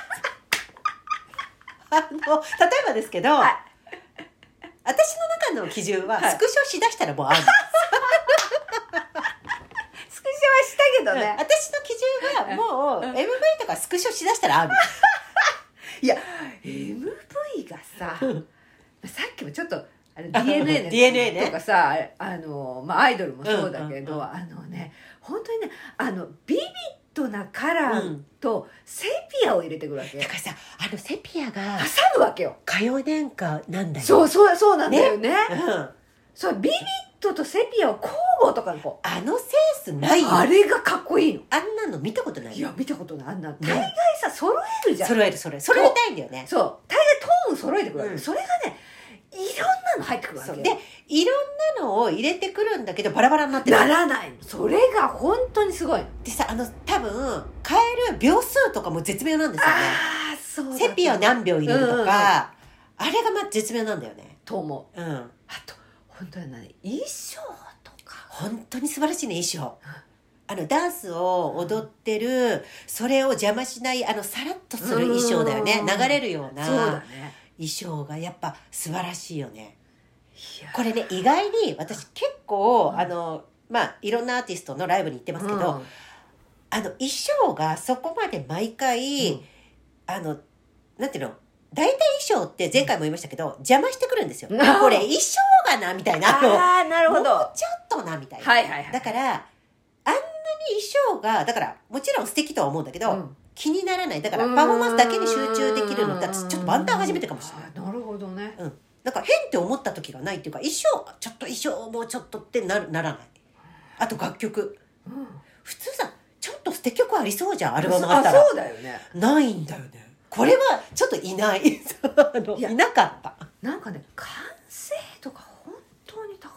あの例えばですけど、はい、私の中の基準はスクショしだしたらもうアーミーです、 はい、スクショはしたけどね、 うん、私の基準はもう エムブイ とかスクショしだしたらアーミーいや エムブイ がささっきもちょっとあれ ディーエヌエー ね、 ディーエヌエー ねとかさあの、まあ、アイドルもそうだけど、うんうんうん、あのね本当にねあのビビッドなカラーとセピアを入れてくるわけ、 だからさあのセピアが挟むわけよ。 歌謡年歌なんだよ。 そうそうそうなんだよね、 ね、うん、 そうビビッドとセピアを交互とかにこうあのセンスないよ。 あれがかっこいいの。 あんなの見たことない。 いや見たことない。あんな大概さ、ね、揃えるじゃん。 揃える揃える揃えたいんだよね。 そう大概トーン揃えてくるわけ、うん、それがねいろんなの入ってくるわけよ。 でいろんなのを入れてくるんだけどバラバラになってる。 ならないの。それが本当にすごい。 でさあの多分変える秒数とかも絶妙なんですよね。 ああそうだ。 セピアを何秒入れるとか、うんうんうん、あれがまあ絶妙なんだよね。 と思う。 うん。あと本当にね衣装とか本当に素晴らしいね衣装。あのダンスを踊ってるそれを邪魔しないあのさらっとする衣装だよね。流れるような。 そうだね。 衣装がやっぱ素晴らしいよね。これね意外に私結構、うん、あのまあいろんなアーティストのライブに行ってますけど、うん、あの衣装がそこまで毎回、うん、あのなんていうの大体衣装って前回も言いましたけど、うん、邪魔してくるんですよ、うん、これ衣装がなみたいなあーなるほどもうちょっとなみたいな、 はいはいはい、 だからあんなに衣装がだからもちろん素敵とは思うんだけど、うん、気にならないだからパフォーマンスだけに集中できるのって私ちょっと万端初めてかもしれない。 なるほどね。 うんなんか変って思った時がないっていうか衣装ちょっと衣装もうちょっとってなるならない。あと楽曲、うん、普通さちょっと捨て曲ありそうじゃんアルバムがあったら。 そうだよね。 ないんだよね。これはちょっといないあのい, いなかった。 なんかね完成度が本当に高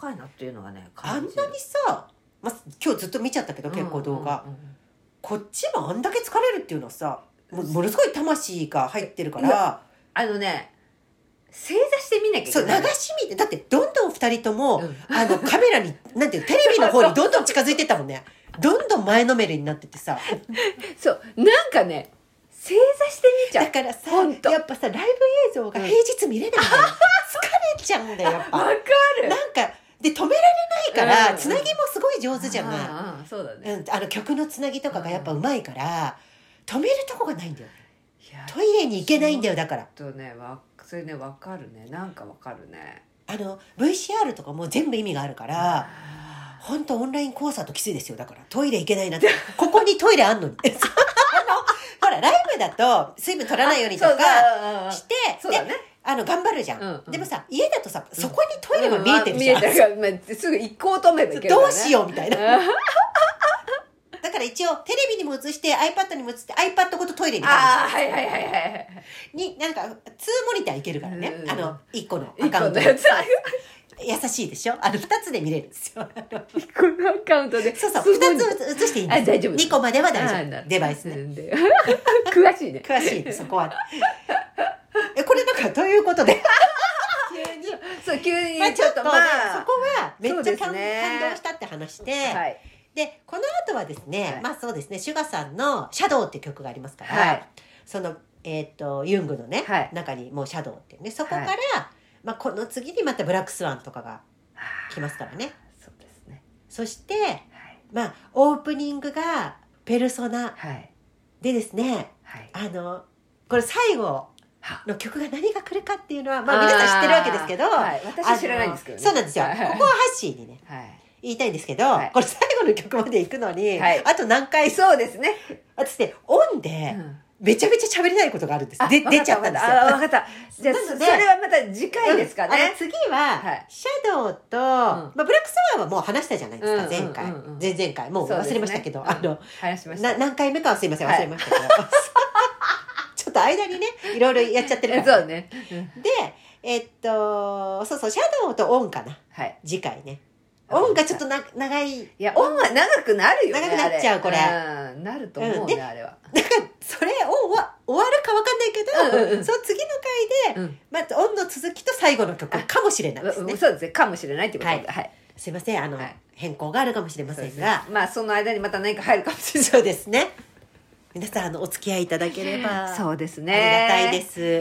かいなっていうのがねあんなに感じる。 さ、まあ、今日ずっと見ちゃったけど結構動画、 うんうんうんこっちもあんだけ疲れるっていうのはさ、もうものすごい魂が入ってるからあのね正座して見なきゃいけそう流ない。 し見て、だってどんどん二人とも、 うんあのカメラになんていうテレビの方にどんどん近づいてったもんね。どんどん前のめりになっててさ、 そうなんかね正座して見ちゃう。 だからさほんとやっぱさライブ映像が平日見れないんだよ、疲れちゃうんだよやっぱ。 わかる。 なんかで止められないから、 うんつなぎもすごい上手じゃない、 ああそうだね。 うん、あの曲のつなぎとかがやっぱうまいから、止めるとこがないんだよ。 いやトイレに行けないんだよだから。 とねわそれねわかるね。なんかわかるね。 あの ブイシーアール とかも全部意味があるから本当オンラインコンサートきついですよ。だからトイレ行けないなってここにトイレあんのにあのほらライブだと水分取らないようにとかしてそうだね。 あの頑張るじゃん、 うんうん、 でもさ家だとさそこにトイレが見えてるじゃん、 うんまあ、見えてるから、まあ、すぐ行こうと思えば行けるから、ね、 どうしようみたいなだから一応テレビにも映して iPad にも映って iPad ごとトイレにああはいはいはいはいになんかにモニターいけるからね、 うん、 あのいっこのア一個カウントのやつ優しいでしょ。あのふたつで見れるんですよ。 このアカウントでそうそうふたつ映していいんですよ。 あ大丈夫にこまでは大丈夫。デバイスね。 詳しいね。 詳しいねそこは。えこれなんかということで急にそう急に、 まあ、ちょっとまあ、 まあ、 そこはめっちゃ感,、 ね、 感動したって話して、 はい、 でこの後はですね、 はい、 まあそうですねシュガさんの「シャドウ」っていう曲がありますから、 はい、 その、えー、とユングのね、 はい、 中にもう「シャドウ」っていうねそこから、はい、まあ、この次にまた「ブラックスワン」とかが来ますからね。 そうですね。 そして、はい、まあオープニングが「ペルソナ」でですね、はい、あのこれ最後の曲が何が来るかっていうのはまあ皆さん知ってるわけですけど、 はい、私は知らないんですけどね。 そうなんですよ、はい、ここはハッシーにね、はい、言いたいんですけど、はい、これ最後の曲まで行くのに、はい、あと何回そうですね私ねオンで、うんめちゃめちゃ喋れないことがあるんです。で出ちゃったんですよ。 あ、分かった。じゃあそれはまた次回ですかね。 うん、次は、はい、シャドウと、うんまあ、ブラックスワンはもう話したじゃないですか、うん、前回、うんうんうん、前々回もう忘れましたけど、ね、あの、うん、 話しました何回目かはすいません忘れましたけど、はい、ちょっと間にねいろいろやっちゃってるから、 そうね、 うん、でえっとそうそうシャドウとオンかな、はい、次回ねオンがちょっとな長い。 いや、オンは長くなるよね。 長くなっちゃう、これ。 うん、なると思うね、うん、あれは。 だから、それ、オンは終わるかわかんないけど、うんうんうん、その次の回で、うん、また、オンの続きと最後の曲かもしれないですね。 そうですね、かもしれないってことで。はい。はい、 すいません、あの、はい、変更があるかもしれませんが。 まあ、その間にまた何か入るかもしれない。 そうですね。皆さん、あの、お付き合いいただければ。 そうですね。 ありがたいです。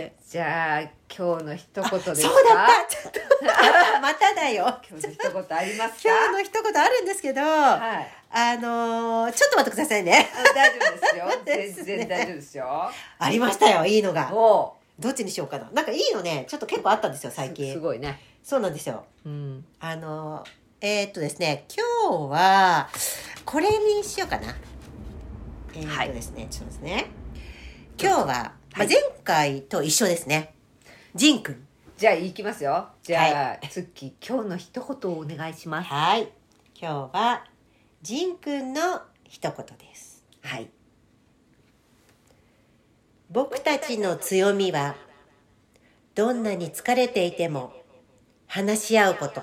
じゃあ、今日の一言ですか。 そうだったちょっとまただよ。 今日の一言ありますか。 今日の一言あるんですけど、はい、あのー、ちょっと待ってくださいね。 大丈夫ですよ。全然大丈夫ですよ。 ありましたよ、いいのが。どっちにしようかな。なんかいいのね、ちょっと結構あったんですよ、最近。 す, すごいね。 そうなんですよ。うん、あのー、えー、っとですね、今日は、これにしようかな。えー、っとですね、はい、ちょっとですね。今日は、まあ、前回と一緒ですね。ジンくん。 じゃあ行きますよ。じゃあ、はい、ツッキー今日の一言をお願いします。 はい。今日はジンくんの一言です。はい。僕たちの強みはどんなに疲れていても話し合うこと。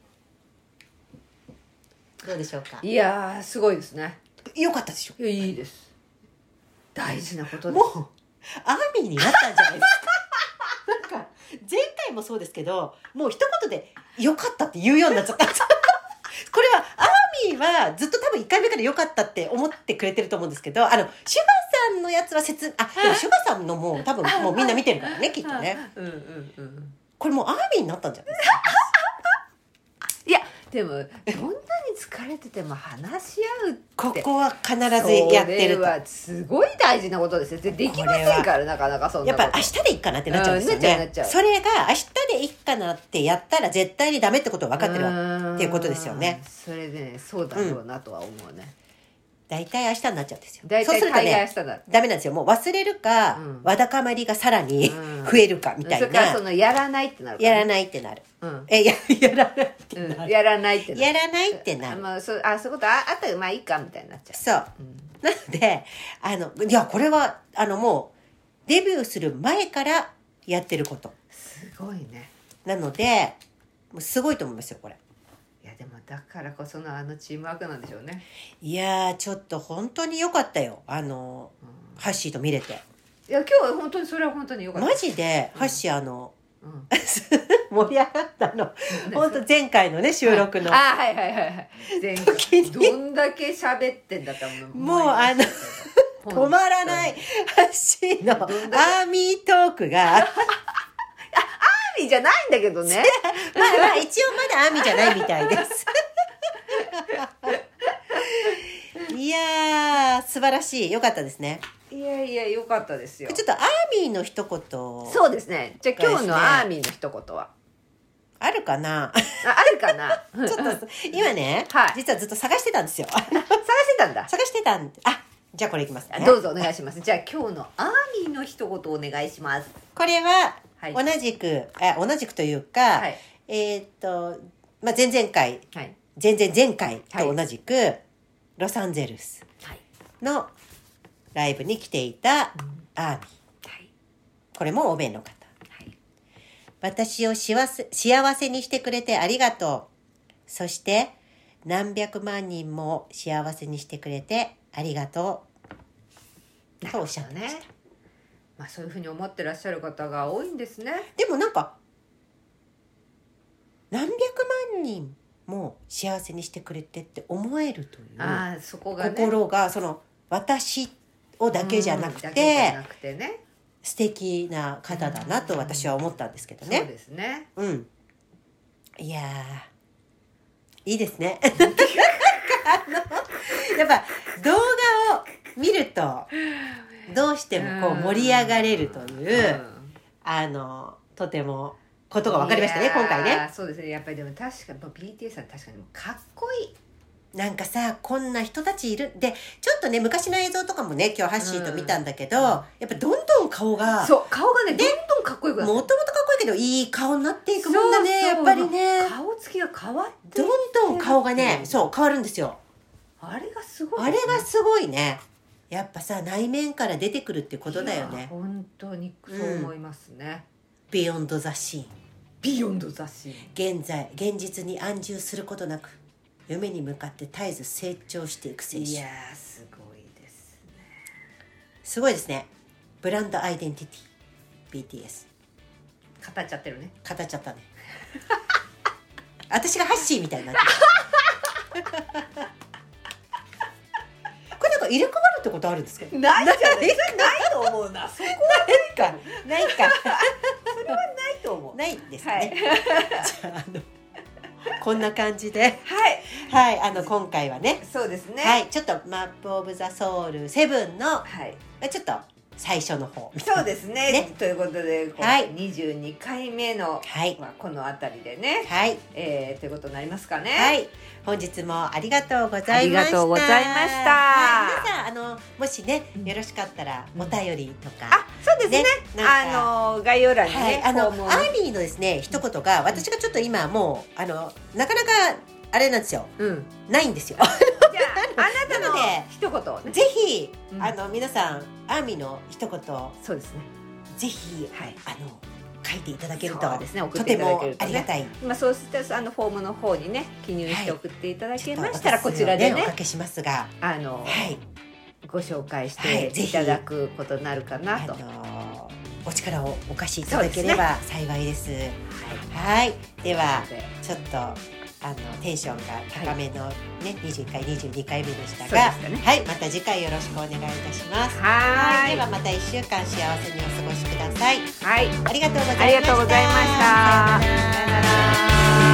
どうでしょうか。 いやーすごいですね。 よかったでしょ。 いやいいです。大事なことです。 もうアーミーになったんじゃないですか。なんか前回もそうですけどもう一言で良かったって言うようになっちゃったこれはアーミーはずっと多分いっかいめから良かったって思ってくれてると思うんですけどあのシュガさんのやつは説あでもシュガさんのもう多分もうみんな見てるからねきっとねうんうんうんこれもうアーミーになったんじゃないですかいやでもどんなに疲れてても話し合うってここは必ずやってると。 それはすごい大事なことですよ。できませんからなかなかそんなこと。 やっぱ明日でいいかなってなっちゃうんですよね。うん、なっちゃうなっちゃう。それが明日でいいかなってやったら絶対にダメってことは分かってるわっていうことですよね。 それでねそうだろうなとは思うね。 大体明日になっちゃうんですよ。 大体大概明日だ。 ダメなんですよ。もう忘れるか、うん、わだかまりがさらに増えるかみたいな。 それからそのやらないってなるから、 ね。やらないってなる。うん、えややらないってなる、 うん。やらないってなる。 やらないってなる。 あ、まあ、そあそういうことああったらまあいいかみたいになっちゃう。 そう。うん、なのであのいやこれはあのもうデビューする前からやってること。 すごいね。 なのでもうすごいと思いますよこれ。 いやでもだからこそのあのチームワークなんでしょうね。 いやーちょっと本当に良かったよ、あの、うん、ハッシーと見れて。 いや今日は本当にそれは本当に良かった。 マジで、うん、ハッシーあの、 うん、 盛り上がったの本当前回のね収録の、 あ、はいはいはいはい、前回どんだけ喋ってんだったもん。 もうあの止まらないハッシーのアーミートークがアーミーじゃないんだけどねまあまあ一応まだアーミーじゃないみたいですいやー素晴らしい、良かったですね。 いやいや良かったですよ。 ちょっとアーミーの一言。 そうですね。じゃあ今日のアーミーの一言はあるかなあ、あるかなちょっと今ね、はい、実はずっと探してたんですよ探してたんだ探してたんあ、じゃあこれいきますね。 どうぞお願いします。じゃあ今日のアーミーの一言お願いします。 これは同じく、はい、あ同じくというか、はい、えー、っと、まあ、前々回、はい、前々前回と同じく、はい、ロサンゼルスのライブに来ていたアーミー、はい、これも欧米の方、はい、私を幸せ、幸せにしてくれてありがとう。そして何百万人も幸せにしてくれてありがとうとおっしゃってました。 まあ、そういうふうに思ってらっしゃる方が多いんですね。 でもなんか何百万人も幸せにしてくれてって思えるという、 あ、そこがね、 心がその私をだけじゃなくて、うん、だけじゃなくてね、素敵な方だなと私は思ったんですけどね。 そうですね。 うん。いやいいですね。やっぱ動画を見るとどうしてもこう盛り上がれるという、うん、あのとてもことが分かりましたね今回ね。 そうですね。やっぱりでも確かに ビーティーエス さん確かにかっこいい。 なんかさ、こんな人たちいるで、ちょっとね昔の映像とかもね今日ハッシーと見たんだけど、うん、やっぱどんどん顔が、 そう顔がねどんどんかっこよくなって、 もともとかっこいいけどいい顔になっていくもんだね。そうそう、やっぱりね顔つきが変わってどんどん顔がね、そう変わるんですよ。 あれがすごい、 ね、あれがすごいね。やっぱさ内面から出てくるってことだよね。 本当にそう思いますね。 ビヨンドザシーン、 ビヨンドザシーン、現在現実に安住することなく夢に向かって絶えず成長していく精神。 いやーすごいですね。 すごいですね。ブランドアイデンティティ ビーティーエス語っちゃってるね。 語っちゃったね私がハッシーみたいになってこれなんか入れ替わるってことあるんですか？ ないじゃないないと思うな。そこはないかないかそれはないと思う。 ないですね、はい、じゃああのこんな感じで、 はいはい、あの今回はね、 そうですね、 はい、ちょっとマップオブザソウルセブンの、はい、ちょっと最初の方、 そうです ね, ねということで今回にじゅうにかいめの、はい、まあ、このあたりでね、はい、えー、ということになりますかね。 はい、本日もありがとうございました。ありがとうございました、 はい、皆さんあのもしねよろしかったらお便りとか、 うん、あ、そうですね、ね、あの概要欄にね、はい、 あのアーミーのですね一言が私がちょっと今もうあのなかなかあれなんですよ、うん、ないんですよ。じゃああなたの一言をね、 ぜひ、うん、あの皆さんアーミーの一言、 そうですね、 ぜひ、はい、あの書いていただけると、 ですね、送っていただけると、ね、 とてもありがたい。 まあそうしてあのフォームの方にね記入して送っていただけましたら、はい、こちらでねおかけしますが、あの、はい、 ご紹介していただくことになるかなと、 はい、あのお力をお貸しいただければ幸いです。はい、はい、ではちょっとあのテンションが高めの、ね、はい、にじゅういっかいにじゅうにかいめでしたが、ね、はい、また次回よろしくお願いいたします。はい、ではまたいっしゅうかん幸せにお過ごしください。はい、ありがとうございました。 ありがとうございました。さよなら。